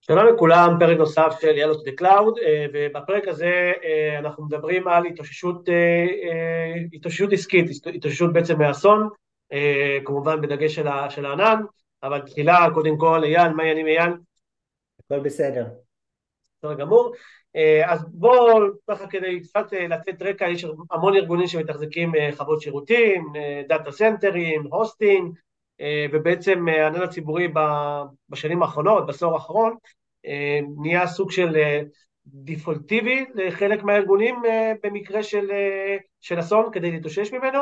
שלום לכולם, פרק נוסף של Yellow to the Cloud, ובפרק הזה אנחנו מדברים על התאוששות עסקית, התאוששות בעצם מאסון, כמובן בדגש של הענן, אבל תחילה, קודם כל, אייל, מה העניינים אייל? הכל בסדר. בסדר גמור. אז בואו, ככה כדי קצת לתת רקע, יש המון ארגונים שמתחזקים חוות שירותים, דאטה סנטרים, הוסטינג, ובעצם הענן הציבורי בשנים האחרונות, בעשור האחרון, נהיה סוג של דיפולטיבי לחלק מהארגונים במקרה של אסון כדי להתאושש ממנו,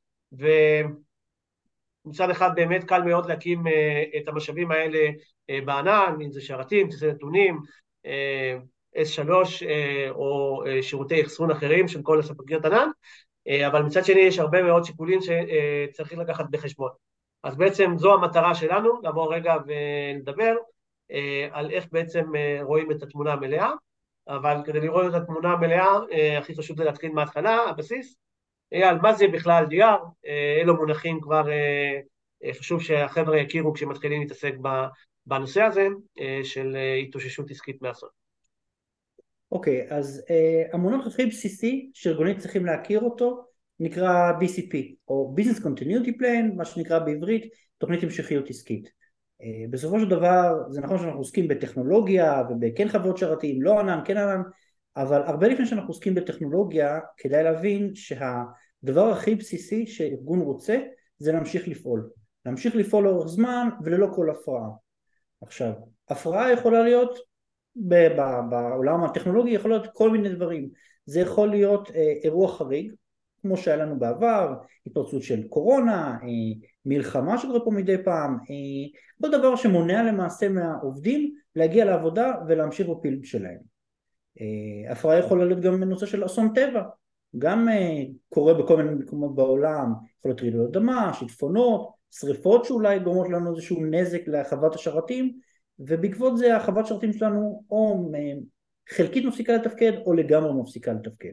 ומצד אחד באמת קל מאוד להקים את המשאבים האלה בענן, אם זה שרתים, בסיסי נתונים, S3 או שירותי אחסון אחרים של כל הספקיות ענן, אבל מצד שני יש הרבה מאוד שיקולים שצריך לקחת בחשבון. אז בעצם זו המטרה שלנו, לעבור רגע ולדבר על איך בעצם רואים את התמונה המלאה, אבל כדי לראות את התמונה המלאה, הכי חשוב זה להתחיל מההתחלה, הבסיס. אייל, מה זה בכלל DR? אלו מונחים כבר חשוב שהחבר'ה יכירו כשמתחילים להתעסק בנושא הזה של התאוששות עסקית מאסון. אוקיי, אז המונח הכי בסיסי שארגונים צריכים להכיר אותו נקרא BCP, או Business Continuity Plan, מה שנקרא בעברית תוכנית המשכיות עסקית. בסופו של דבר זה נכון שאנחנו עוסקים בטכנולוגיה ובכן חוות שרתים, לא ענן, כן ענן, אבל הרבה לפני שאנחנו עוסקים בטכנולוגיה כדאי להבין שהדבר הכי בסיסי שארגון רוצה זה להמשיך לפעול לאורך זמן וללא כל הפרעה. עכשיו, הפרעה יכולה להיות בעולם הטכנולוגי, יכול להיות כל מיני דברים. זה יכול להיות אירוע חריג, כמו שהיה לנו בעבר, התפרצות של קורונה, מלחמה שקורה פה מדי פעם, כל דבר שמונע למעשה מהעובדים להגיע לעבודה ולהמשיך בפעילות שלהם. הפרעה יכולה להיות גם בנושא של אסון טבע, גם קורה בכל מיני מקומות בעולם, יכול להיות רעידות אדמה, שיטפונות, שריפות שאולי גורמות לנו איזשהו נזק לחוות השרתים, ובעקבות זה החוות שרתים שלנו או חלקית מפסיקה לתפקד או לגמרי מפסיקה לתפקד.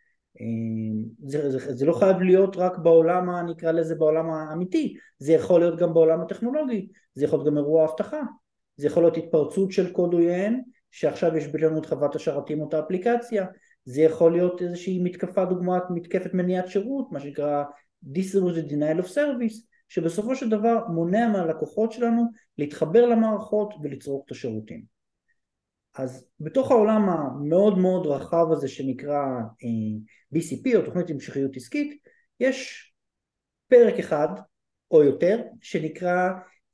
זה לא חייב להיות רק בעולם, נקרא לזה בעולם האמיתי, זה יכול להיות גם בעולם הטכנולוגי, זה יכול להיות גם אירוע הבטחה, זה יכול להיות התפרצות של קוד עוין, שעכשיו יש לנו את חוות השרתים אותה אפליקציה, זה יכול להיות איזושהי מתקפה, דוגמת מתקפת מניעת שירות, מה שנקרא Distributed Denial of Service, שבסופו של דבר מונע מהלקוחות שלנו להתחבר למערכות ולצרוך את השירותים. אז בתוך העולם המאוד מאוד רחב הזה שנקרא BCP או תוכנית המשכיות עסקית, יש פרק אחד או יותר שנקרא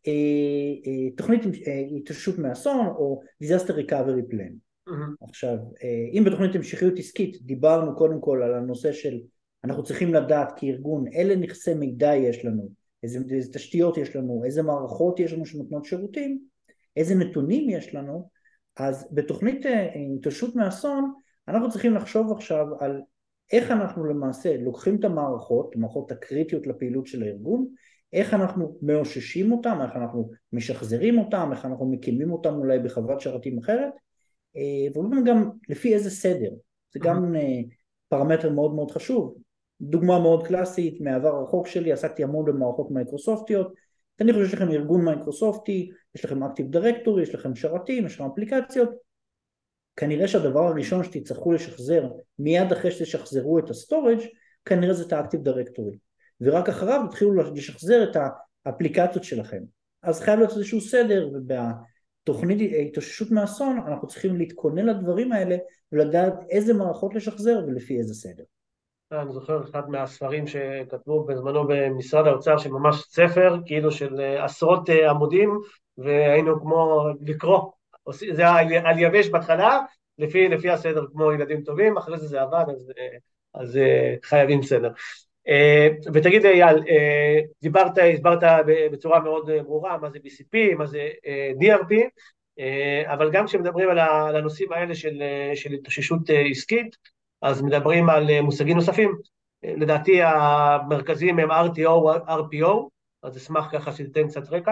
תוכנית התאוששות מאסון או Disaster Recovery Plan. עכשיו, אם בתוכנית המשכיות עסקית דיברנו קודם כל על הנושא של אנחנו צריכים לדעת כארגון אלה נכסי מידע יש לנו, איזה תשתיות יש לנו, איזה מערכות יש לנו שנותנות שירותים, איזה נתונים יש לנו, אז בתוכנית התאוששות מאסון אנחנו צריכים לחשוב עכשיו על איך אנחנו למעשה לוקחים את המערכות הקריטיות לפעילות של הארגון, איך אנחנו מאוששים אותם, איך אנחנו משחזרים אותם, איך אנחנו מקימים אותם אולי בחוות שרתים אחרת, ואולי גם לפי איזה סדר, זה גם פרמטר מאוד מאוד חשוב. דוגמה מאוד קלאסית מהעבר הרחוק שלי, עסקתי המון במערכות מייקרוסופטיות, אני חושב שיש לכם ארגון מייקרוסופטי, יש לכם אקטיב דירקטורי, יש לכם שרתים, יש לכם אפליקציות, כנראה שהדבר הראשון שתצטרכו לשחזר מיד אחרי שתשחזרו את הסטורג' כנראה זה את האקטיב דירקטורי, ורק אחריו תתחילו לשחזר את האפליקציות שלכם. אז חייב להיות איזשהו סדר, ובתוכנית התאוששות מאסון אנחנו צריכים להתכונן לדברים האלה ולדעת איזה מערכות לשחזר ולפי איזה סדר. אני זוכר אחד מהספרים שכתבו בזמנו במשרד האוצר, שממש ספר, כאילו של עשרות עמודים, והיינו כמו לקרוא, זה היה על יבש בהתחלה, לפי הסדר, כמו ילדים טובים, אחרי זה עבד, אז חייבים סדר. ותגיד אייל, הסברת בצורה מאוד ברורה, מה זה BCP, מה זה DRP, אבל גם כשמדברים על הנושאים האלה של התאוששות עסקית, אז מדברים על מושגים נוספים, לדעתי המרכזיים הם RTO, RPO, אז אשמח ככה שתיתן קצת רקע.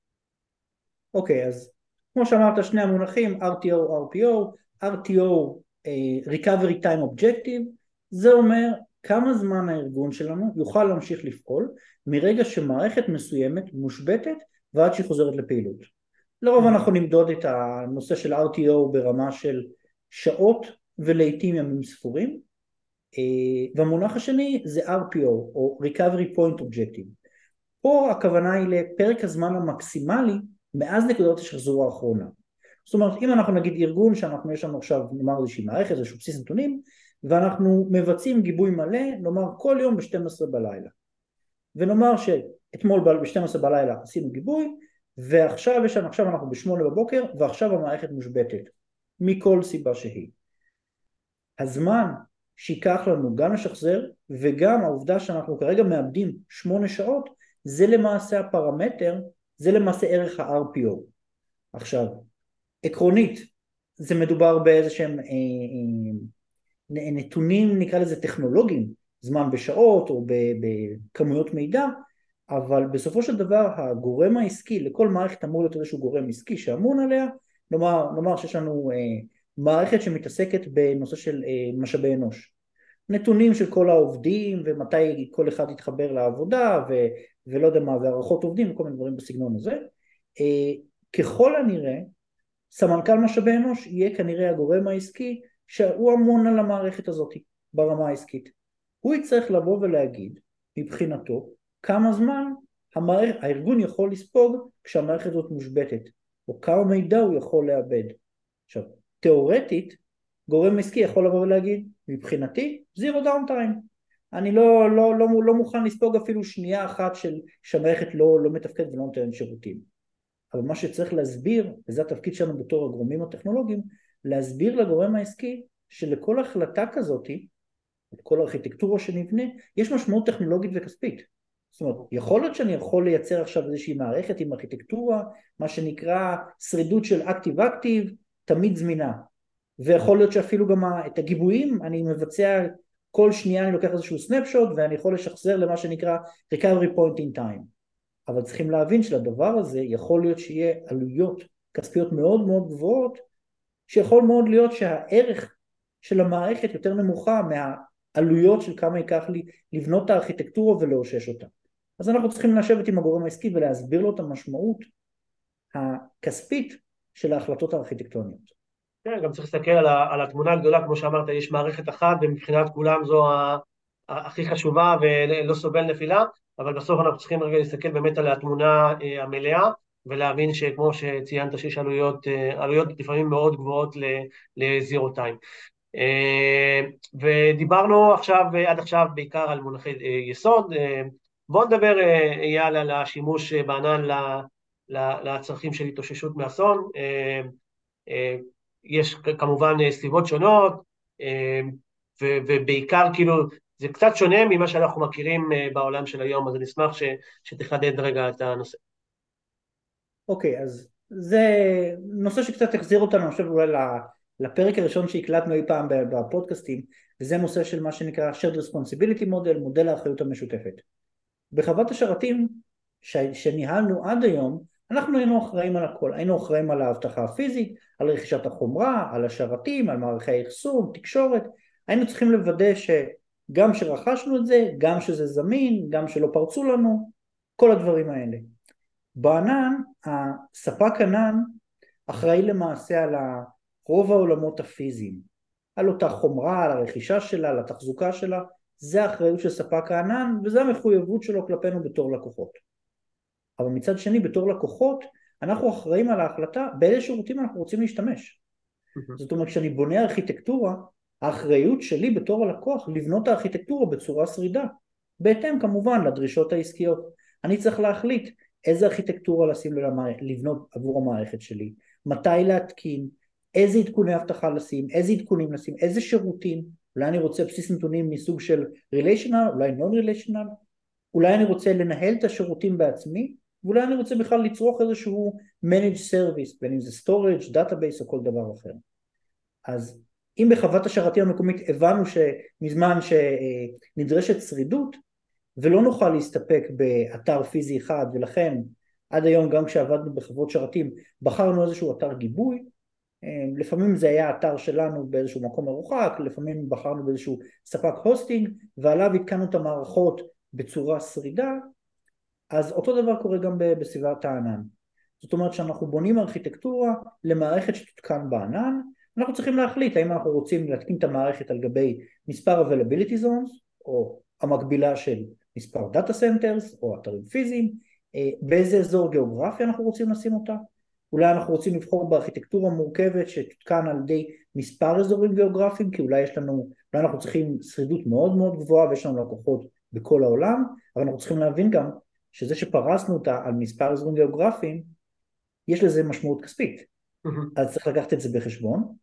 אוקיי, אז כמו שאמרת שני המונחים, RTO, RPO, RTO, Recovery Time Objective, זה אומר כמה זמן הארגון שלנו יוכל להמשיך לפעול מרגע שמערכת מסוימת מושבתת ועד שהיא חוזרת לפעילות. לרוב אנחנו נמדוד את הנושא של RTO ברמה של שעות ולעיתים ימים ספורים, והמונח השני זה RPO או Recovery Point Objective. פה הכוונה היא לפרק הזמן המקסימלי מאז נקודת השחזור האחרונה. זאת אומרת, אם אנחנו נגיד ארגון יש לנו עכשיו נאמר איזושהי מערכת, איזשהו בסיס נתונים, ואנחנו מבצעים גיבוי מלא, נאמר כל יום ב-12 בלילה. ונאמר שאתמול ב-12 בלילה עשינו גיבוי, ועכשיו אנחנו ב-8 בבוקר, ועכשיו המערכת מושבתת, מכל סיבה שהיא. הזמן שיקח לנו גם לשחזר, וגם העובדה שאנחנו כרגע מאבדים 8 שעות, זה למעשה הפרמטר, זה למעשה ערך ה-RPO. עכשיו, עקרונית, זה מדובר באיזשהם נתונים, נקרא לזה טכנולוגיים, זמן בשעות או בכמויות מידע, אבל בסופו של דבר הגורם העסקי, לכל מערכת אמור להיות איזשהו גורם עסקי שאמון עליה, נאמר שיש לנו מערכת שמתעסקת בנושא של משאבי אנוש. נתונים של כל העובדים ומתי כל אחד יתחבר לעבודה ולא יודע מה, והערכות עובדים וכל מיני דברים בסגנון הזה. ככל הנראה, סמנכ"ל משאבי אנוש יהיה כנראה הגורם העסקי שהוא אמון על המערכת הזאת ברמה העסקית. הוא יצטרך לבוא ולהגיד מבחינתו כמה זמן הארגון יכול לספוג כשהמערכת הזאת מושבתת, או כמה מידע הוא יכול לאבד. עכשיו, תיאורטית, גורם עסקי יכול לבוא ולהגיד, מבחינתי, zero downtime. אני לא מוכן לספוג אפילו שנייה אחת שהמערכת לא מתפקד ולא נותנת שירותים. אבל מה שצריך להסביר, וזה התפקיד שלנו בתור הגורמים הטכנולוגיים, להסביר לגורם העסקי שלכל החלטה כזאת, לכל ארכיטקטורה שנבנה, יש משמעות טכנולוגית וכספית. זאת אומרת, יכול להיות שאני יכול לייצר עכשיו איזושהי מערכת עם ארכיטקטורה, מה שנקרא שרידות של אקטיב-אקטיב, תמיד זמינה. ויכול להיות שאפילו גם את הגיבויים, אני מבצע כל שנייה, אני לוקח איזשהו סנפשוט, ואני יכול לשחזר למה שנקרא recovery point in time. אבל צריכים להבין שלדבר הזה יכול להיות שיהיה עלויות כספיות מאוד מאוד גבוהות, שיכול מאוד להיות שהערך של המערכת יותר נמוכה מהעלויות של כמה ייקח לי לבנות את הארכיטקטורה ולאושש אותה. אז אנחנו צריכים לשבת עם הגורם העסקי ולהסביר לו את המשמעות הכספית של ההחלטות הארכיטקטוניות. כן, גם צריך להסתכל על התמונה הגדולה, כמו שאמרת, יש מערכת אחת, ומבחינת כולם זו הכי חשובה ולא סובל נפילה, אבל בסוף אנחנו צריכים רגע להסתכל באמת על התמונה המלאה, ולהבין שכמו שציינת שיש עלויות לפעמים מאוד גבוהות לזירו טיים. ודיברנו עד עכשיו בעיקר על מונחי יסוד. בואו נדבר, אייל, על השימוש בענן לצרכים של התאוששות מאסון. יש כמובן סביבות שונות, ובעיקר כאילו זה קצת שונה ממה שאנחנו מכירים בעולם של היום, אז אני אשמח שתחדד רגע את הנושא. אוקיי, אז זה נושא שקצת החזיר אותנו, אני חושב אולי לפרק הראשון שהקלטנו אי פעם בפודקאסטים, וזה נושא של מה שנקרא shared responsibility model, מודל האחריות המשותפת. בחוות השרתים שניהלנו עד היום, אנחנו היינו אחראים על הכל, היינו אחראים על האבטחה הפיזית, על רכישת החומרה, על השרתים, על מערכי אחסון, תקשורת, היינו צריכים לוודא שגם שרכשנו את זה, גם שזה זמין, גם שלא פרצו לנו, כל הדברים האלה. בענן, הספק ענן אחראי למעשה על רוב העולמות הפיזיים, על אותה חומרה, על הרכישה שלה, על התחזוקה שלה, זה האחריות של ספק הענן, וזה המחויבות שלו כלפינו בתור לקוחות. אבל מצד שני, בתור לקוחות, אנחנו אחראים על ההחלטה באיזה שירותים אנחנו רוצים להשתמש. זאת אומרת, כשאני בונה ארכיטקטורה, האחריות שלי בתור הלקוח לבנות הארכיטקטורה בצורה שרידה, בהתאם כמובן לדרישות העסקיות. אני צריך להחליט איזה ארכיטקטורה לבנות עבור המערכת שלי, מתי להתקין, איזה עדכוני אבטחה לשים, איזה עדכונים לשים, איזה שירותים, אולי אני רוצה בסיס נתונים מסוג של relational, אולי non-relational, אולי אני רוצה לנהל את השירותים בעצמי, ואולי אני רוצה בכלל לצרוך איזשהו managed service, בין אם זה storage, database או כל דבר אחר. אז אם בחוות השרתים המקומית הבנו שמזמן שנדרשת שרידות, ולא נוכל להסתפק באתר פיזי אחד, ולכן עד היום גם כשעבדנו בחוות שרתים, בחרנו איזשהו אתר גיבוי, לפעמים זה היה אתר שלנו באיזשהו מקום מרוחק, לפעמים בחרנו באיזשהו ספק הוסטינג, ועליו התקנו את המערכות בצורה שרידה, אז אותו דבר קורה גם בסביבת הענן. זאת אומרת שאנחנו בונים ארכיטקטורה למערכת שתותקן בענן, אנחנו צריכים להחליט האם אנחנו רוצים להתקין את המערכת על גבי מספר availability zones, או המקבילה של מספר data centers, או אתרים פיזיים, באיזה אזור גיאוגרפי אנחנו רוצים לשים אותה, אולי אנחנו רוצים לבחור בארכיטקטורה מורכבת שתותקן על ידי מספר אזורים גיאוגרפיים, כי אולי אנחנו צריכים שרידות מאוד מאוד גבוהה ויש לנו לקוחות בכל העולם, אבל אנחנו צריכים להבין גם שזה שפרסנו אותה על מספר אזורים גיאוגרפיים, יש לזה משמעות כספית, אז צריך לקחת את זה בחשבון.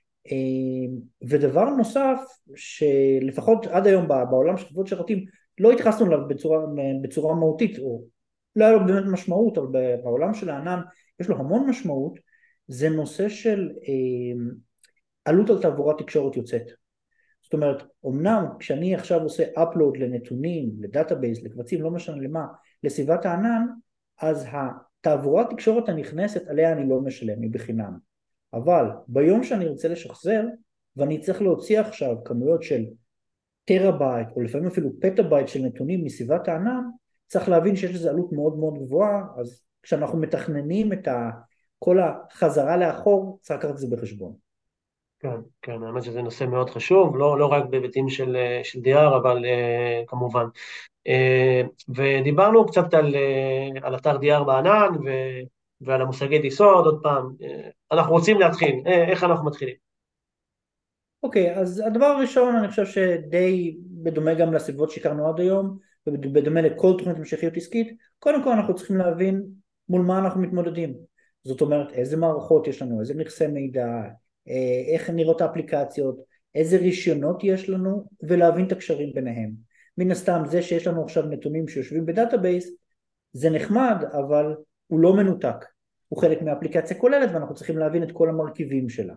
ודבר נוסף, שלפחות עד היום בעולם של חברות שרתים, לא התייחסנו אליו בצורה מהותית, או לא היה לו באמת משמעות, אבל בעולם של הענן יש לו המון משמעות, זה נושא של עלות על תעבורת תקשורת יוצאת. זאת אומרת, אמנם כשאני עכשיו עושה upload לנתונים, לדאטאבייס, לקבצים, לא משנה למה, לסביבת הענן, אז התעבורת תקשורת הנכנסת עליה אני לא משלם, היא בחינם. אבל ביום שאני רוצה לשחזר, ואני צריך להוציא עכשיו כמויות של טראבייט, או לפעמים אפילו פטאבייט של נתונים מסביבת הענן, צריך להבין שיש לזה עלות מאוד מאוד גבוהה, אז כשאנחנו מתכננים את כל החזרה לאחור, צריך לקחת את זה בחשבון. כן, כן, האמת שזה נושא מאוד חשוב, לא רק בהיבטים של DR, אבל כמובן. ודיברנו קצת על אתר DR בענן, ועל המושגי יסוד, עוד פעם, אנחנו רוצים להתחיל, איך אנחנו מתחילים? אוקיי, אז הדבר הראשון, אני חושב שדי בדומה גם לסביבות שהכרנו עד היום, ובדומה לכל תוכנית המשכיות עסקית, קודם כל אנחנו צריכים להבין מול מה אנחנו מתמודדים. זאת אומרת, איזה מערכות יש לנו, איזה נכסי מידע, איך נראות האפליקציות, איזה רישיונות יש לנו, ולהבין את הקשרים ביניהם. מן הסתם, זה שיש לנו עכשיו נתונים שיושבים בדאטאבייס, זה נחמד, אבל הוא לא מנותק. הוא חלק מהאפליקציה כוללת, ואנחנו צריכים להבין את כל המרכיבים שלה.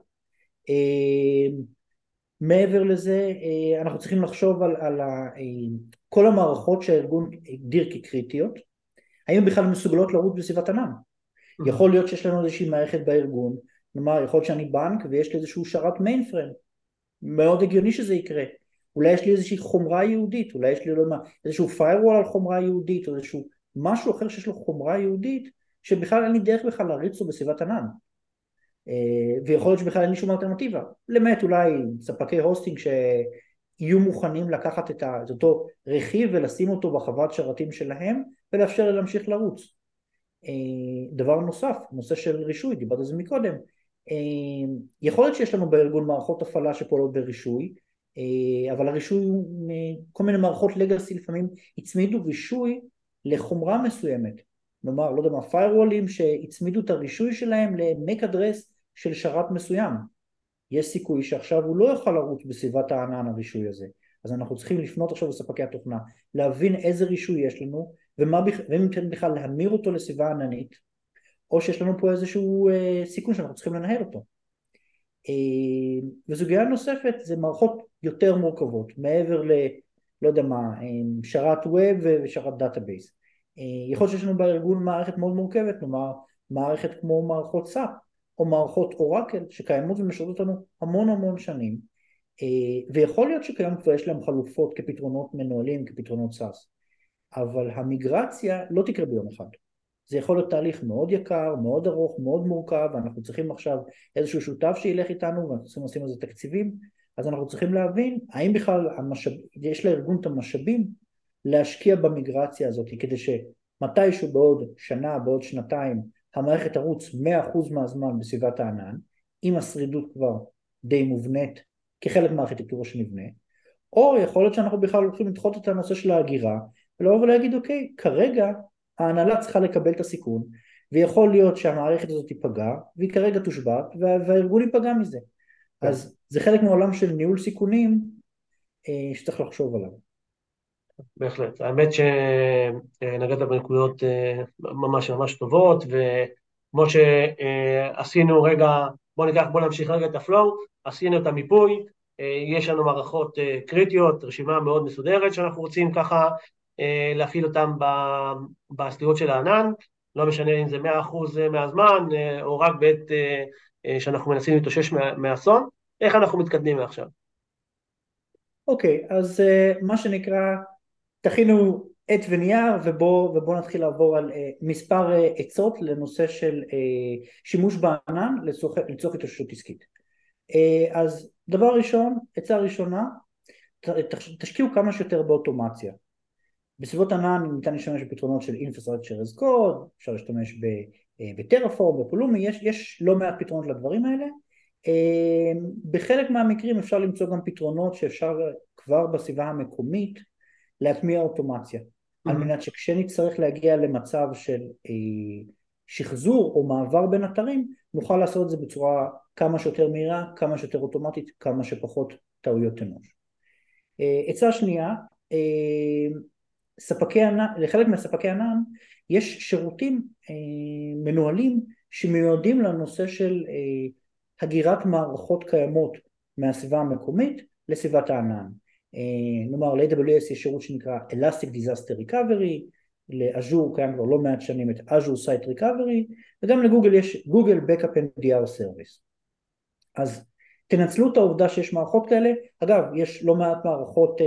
מעבר לזה, אנחנו צריכים לחשוב על כל המערכות שהארגון הגדיר כקריטיות, האם בכלל מסוגלות לרוץ בסביבת ענן. יכול להיות שיש לנו איזושהי מערכת בארגון, כלומר, יכול להיות שאני בנק ויש לי איזשהו שרת מיינפריים, מאוד הגיוני שזה יקרה. אולי יש לי איזושהי חומרה יהודית, אולי יש לי איזשהו firewall על חומרה יהודית, או איזשהו משהו אחר שיש לו חומרה יהודית, שבכלל אין לי דרך בכלל להריץ אותו בסביבת ענן. ויכול להיות שבכלל אין לי שום אלטרנטיבה. למעט אולי ספקי הוסטינג שיהיו מוכנים לקחת את אותו רכיב ולשים אותו בחוות שרתים שלהם, ולאפשר לי להמשיך לרוץ. דבר נוסף, נושא של רישוי, דיברתי על זה מקודם, יכול להיות שיש לנו בארגון מערכות הפעלה שפועלות ברישוי, אבל הרישוי הוא כל מיני מערכות לגאסי, לפעמים הצמידו רישוי לחומרה מסוימת, כלומר, לא יודע מה, firewall'ים שהצמידו את הרישוי שלהם למק אדרס של שרת מסוים, יש סיכוי שעכשיו הוא לא יוכל לרוץ בסביבת הענן הרישוי הזה, אז אנחנו צריכים לפנות עכשיו לספקי התוכנה, להבין איזה רישוי יש לנו, ואם ניתן בכלל להמיר אותו לסביבה עננית, או שיש לנו פה איזשהו סיכון שאנחנו צריכים לנהל אותו. וסוגיה נוספת זה מערכות יותר מורכבות, מעבר לא יודע מה, שרת ווב ושרת דאטאבייס. יכול להיות שיש לנו בארגון מערכת מאוד מורכבת, כלומר מערכת כמו מערכות סאפ, או מערכות אורקל שקיימות ומשרתות אותנו המון המון שנים, ויכול להיות שכיום כבר יש להם חלופות כפתרונות מנוהלים, כפתרונות סאס. אבל המיגרציה לא תקרה ביום אחד. זה יכול להיות תהליך מאוד יקר, מאוד ארוך, מאוד מורכב, ואנחנו צריכים עכשיו איזשהו שותף שילך איתנו, ואנחנו צריכים לשים על זה תקציבים, אז אנחנו צריכים להבין, האם בכלל יש לארגון את המשאבים להשקיע במיגרציה הזאת, כדי שמתישהו בעוד שנה, בעוד שנתיים, המערכת תרוץ 100% מהזמן בסביבת הענן, עם השרידות כבר די מובנית, כחלק מהארכיטקטורה שנבנה, או יכול להיות שאנחנו בכלל הולכים לדחות את הנושא של ההגירה, ולבוא ולהגיד, אוקיי, כרגע ההנהלה צריכה לקבל את הסיכון, ויכול להיות שהמערכת הזאת תיפגע, והיא כרגע תושבת, והארגון ייפגע מזה. אז זה חלק מעולם של ניהול סיכונים, שצריך לחשוב עליו. בהחלט. האמת שנגעת בנקודות ממש ממש טובות, וכמו שעשינו רגע, בוא נמשיך רגע את הפלואו, עשינו את המיפוי, יש לנו מערכות קריטיות, רשימה מאוד מסודרת שאנחנו רוצים ככה להפעיל אותם בסביבות של הענן, לא משנה אם זה 100% מהזמן, או רק בעת שאנחנו מנסים להתאושש מהאסון. איך אנחנו מתקדמים מעכשיו? אוקיי, אז מה שנקרא, תכינו עט ונייר, ובוא נתחיל לעבור על מספר עצות לנושא של שימוש בענן לצורך התאוששות עסקית. אז דבר ראשון, עצה ראשונה, תשקיעו כמה שיותר באוטומציה. בסביבות ענן ניתן להשתמש בפתרונות של Infrastructure as Code, אפשר להשתמש בטרפורם, בפולומי, יש לא מעט פתרונות לדברים האלה. בחלק מהמקרים אפשר למצוא גם פתרונות שאפשר כבר בסביבה המקומית להטמיע אוטומציה, על מנת שכשנצטרך להגיע למצב של שחזור או מעבר בין אתרים, נוכל לעשות את זה בצורה כמה שיותר מהירה, כמה שיותר אוטומטית, כמה שפחות טעויות אנוש. עצה שנייה, לחלק מהספקי ענן יש שירותים מנוהלים שמיועדים לנושא של הגירת מערכות קיימות מהסביבה המקומית לסביבת הענן. נאמר, ל-AWS יש שירות שנקרא Elastic Disaster Recovery, לאז'ור קיים כבר לא מעט שנים את Azure Site Recovery, וגם לגוגל יש Google Backup NDR Service. אז תנצלו את העובדה שיש מערכות כאלה. אגב, יש לא מעט מערכות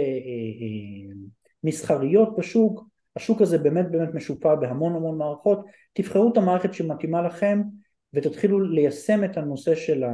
מסחריות בשוק, השוק הזה באמת משופע בהמון מערכות. תבחרו את המערכת שמתאימה לכם ותתחילו ליישם את הנושא של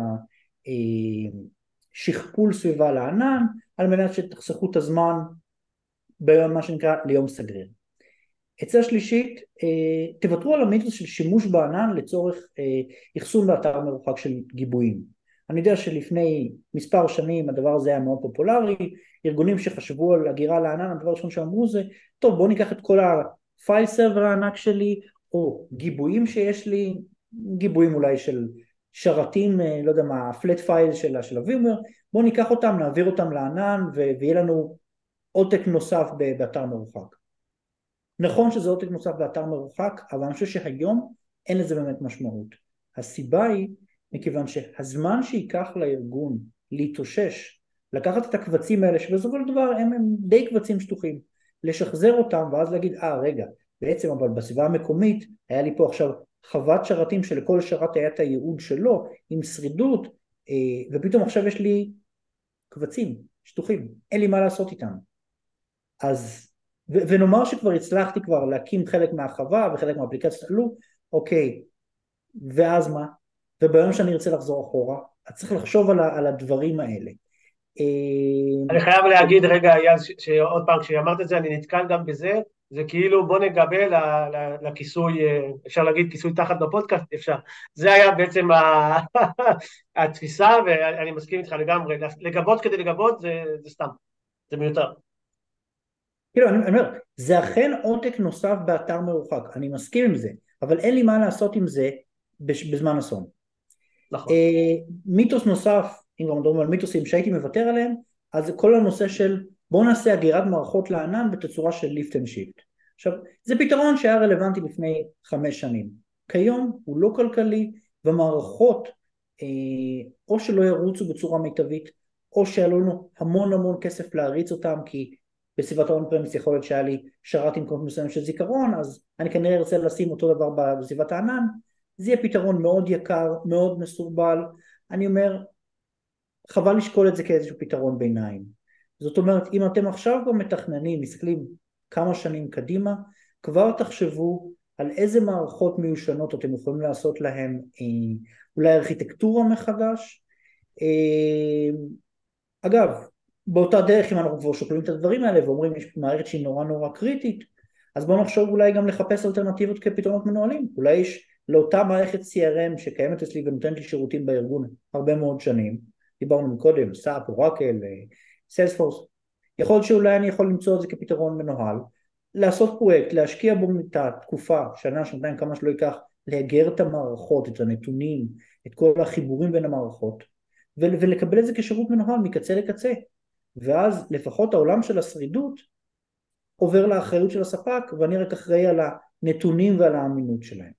שכפול סביבה לענן, על מנת שתחסכו את הזמן במה שנקרא ליום סגריר. עצה שלישית, תוותרו על המיתוס של שימוש בענן לצורך אחסון באתר מרוחק של גיבויים. אני יודע שלפני מספר שנים הדבר הזה היה מאוד פופולרי, ארגונים שחשבו על הגירה לענן, הדבר הראשון שאמרו זה, טוב בוא ניקח את כל הפייל סרבר הענק שלי, או גיבויים שיש לי, גיבויים אולי של שרתים, לא יודע מה, הפלט פייל של הווירמר, בוא ניקח אותם, נעביר אותם לענן, ויהיה לנו עותק נוסף באתר מרוחק. נכון שזה עותק נוסף באתר מרוחק, אבל אני חושב שהיום אין לזה באמת משמעות. הסיבה היא, מכיוון שהזמן שיקח לארגון להתאושש, לקחת את הקבצים האלה, שבסופו של דבר הם די קבצים שטוחים, לשחזר אותם ואז להגיד, רגע, בעצם אבל בסביבה המקומית, היה לי פה עכשיו חוות שרתים שלכל שרת היה את הייעוד שלו, עם שרידות, ופתאום עכשיו יש לי קבצים שטוחים, אין לי מה לעשות איתם. אז, ונאמר שכבר הצלחתי כבר להקים חלק מהחווה וחלק מהאפליקציות עלו, אוקיי, ואז מה? וביום שאני ארצה לחזור אחורה, אז צריך לחשוב על הדברים האלה. אני חייב להגיד רגע, אייל, שעוד פעם, כשאמרת את זה, אני נתקל גם בזה, זה כאילו בוא נגבה לכיסוי, אפשר להגיד כיסוי תחת בפודקאסט, אפשר. זה היה בעצם התפיסה, ואני מסכים איתך לגמרי, לגבות כדי לגבות זה סתם, זה מיותר. כאילו, אני אומר, זה אכן עותק נוסף באתר מרוחק, אני מסכים עם זה, אבל אין לי מה לעשות עם זה בזמן אסון. נכון. מיתוס נוסף, אם כבר מדברים על מיתוסים שהייתי מוותר עליהם, אז זה כל הנושא של בואו נעשה הגירת מערכות לענן בתצורה של lift and shift. עכשיו, זה פתרון שהיה רלוונטי לפני 5 שנים. כיום הוא לא כלכלי, ומערכות או שלא ירוצו בצורה מיטבית, או שעלו לנו המון כסף להריץ אותם, כי בסביבת האון-פרמיס יכול להיות שהיה לי שרת עם כמות מסוים של זיכרון, אז אני כנראה ארצה לשים אותו דבר בסביבת הענן, זה יהיה פתרון מאוד יקר, מאוד מסורבל. אני אומר, חבל לשקול את זה כאיזשהו פתרון ביניים. זאת אומרת, אם אתם עכשיו כבר מתכננים, מסתכלים כמה שנים קדימה, כבר תחשבו על איזה מערכות מיושנות אתם יכולים לעשות להם, אולי ארכיטקטורה מחדש. אגב, באותה דרך, אם אנחנו כבר שוקלים את הדברים האלה ואומרים יש מערכת שהיא נורא קריטית, אז בואו נחשוב אולי גם לחפש אלטרנטיבות כפתרונות מנוהלים. אולי יש לאותה מערכת CRM שקיימת אצלי ונותנת לי שירותים בארגון הרבה מאוד שנים, דיברנו מקודם, SAP, אורקל, סיילספורס, יכול להיות שאולי אני יכול למצוא את זה כפתרון מנוהל, לעשות פרויקט, להשקיע בו את התקופה, שנה, שנתיים, כמה שלא ייקח, להגר את המערכות, את הנתונים, את כל החיבורים בין המערכות, ולקבל את זה כשירות מנוהל מקצה לקצה, ואז לפחות העולם של השרידות עובר לאחריות של הספק, ואני רק אחראי על הנתונים ועל האמינות שלהם.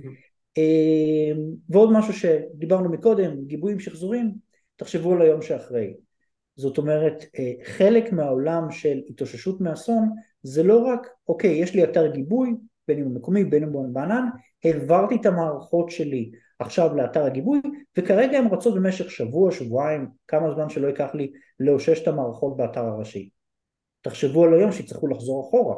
ועוד משהו שדיברנו מקודם, גיבויים שחזורים, תחשבו על היום שאחרי. זאת אומרת, חלק מהעולם של התאוששות מאסון, זה לא רק, אוקיי, יש לי אתר גיבוי, בין אם מקומי, בין אם בענן, העברתי את המערכות שלי עכשיו לאתר הגיבוי, וכרגע הם רצות במשך שבוע, שבועיים, כמה זמן שלא ייקח לי לאושש את המערכות באתר הראשי. תחשבו על היום שיצטרכו לחזור אחורה,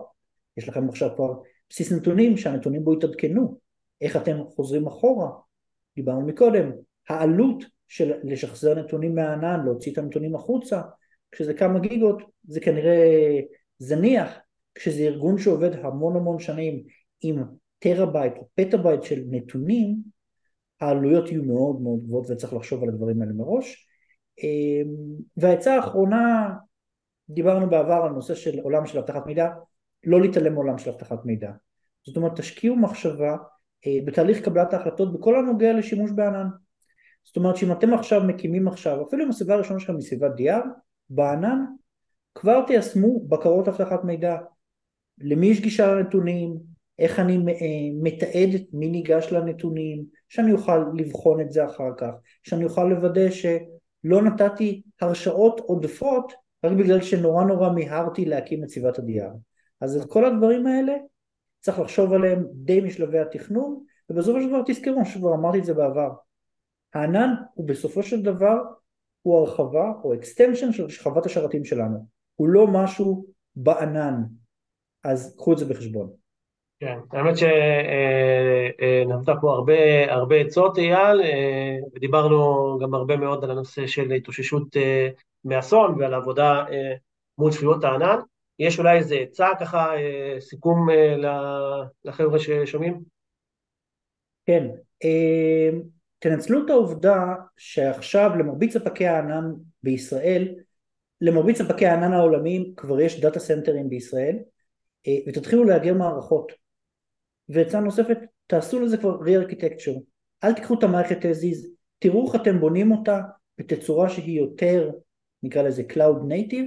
יש לכם עכשיו כבר בסיס נתונים שהנתונים בו יתעדכנו, איך אתם חוזרים אחורה, דיברנו מקודם, העלות של לשחזר נתונים מהענן, להוציא את הנתונים החוצה, כשזה כמה גיגות זה כנראה זניח, כשזה ארגון שעובד המון המון שנים עם טראבייט או פטאבייט של נתונים, העלויות יהיו מאוד מאוד גבוהות וצריך לחשוב על הדברים האלה מראש. והעצה האחרונה, דיברנו בעבר על נושא של עולם של אבטחת מידע, לא להתעלם מעולם של אבטחת מידע. זאת אומרת, תשקיעו מחשבה בתהליך קבלת ההחלטות בכל הנוגע לשימוש בענן. זאת אומרת שאם אתם עכשיו מקימים עכשיו, אפילו אם הסביבה הראשונה שלכם היא סביבת DR, בענן כבר תיישמו בקרות אבטחת מידע. למי יש גישה לנתונים, איך אני מתעד מי ניגש לנתונים, שאני אוכל לבחון את זה אחר כך, שאני אוכל לוודא שלא נתתי הרשאות עודפות, רק בגלל שנורא נורא מיהרתי להקים את סביבת ה-DR. אז את כל הדברים האלה צריך לחשוב עליהם די משלבי התכנון, ובסופו של דבר תזכרו, שכבר אמרתי את זה בעבר, הענן הוא בסופו של דבר, הוא הרחבה או extension של שכבת השרתים שלנו, הוא לא משהו בענן, אז קחו את זה בחשבון. כן, האמת שנתת פה הרבה עצות, אייל, ודיברנו גם הרבה מאוד על הנושא של התאוששות מאסון ועל העבודה מול סביבות הענן. יש אולי איזה עצה ככה, סיכום לחבר'ה ששומעים? כן, תנצלו את העובדה שעכשיו למרבית ספקי הענן בישראל, למרבית ספקי הענן העולמיים כבר יש דאטה סנטרים בישראל, ותתחילו לאגר מערכות. ועצה נוספת, תעשו לזה כבר re-architecture, אל תיקחו את המערכת as is, תראו איך אתם בונים אותה בתצורה שהיא יותר, נקרא לזה Cloud Native,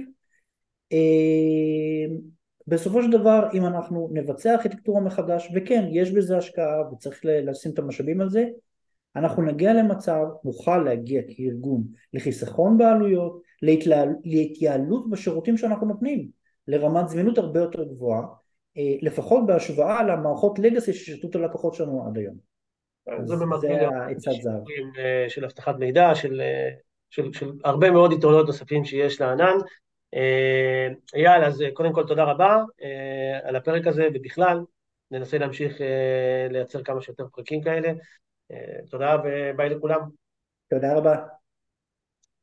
בסופו של דבר אם אנחנו נבצע ארכיטקטורה מחדש, וכן יש בזה השקעה וצריך לשים את המשאבים על זה, אנחנו נגיע למצב, נוכל להגיע כארגון לחיסכון בעלויות, להתייעלות בשירותים שאנחנו נותנים, לרמת זמינות הרבה יותר גבוהה, לפחות בהשוואה למערכות לגאסי ששירתו את הלקוחות שלנו עד היום. זה אז במקביל זה העצת זהב. של אבטחת מידע, של הרבה מאוד יתרונות נוספים שיש לענן. אייל, אז קודם כל תודה רבה על הפרק הזה, ובכלל ננסה להמשיך לייצר כמה שיותר פרקים כאלה. תודה וביי לכולם. תודה רבה.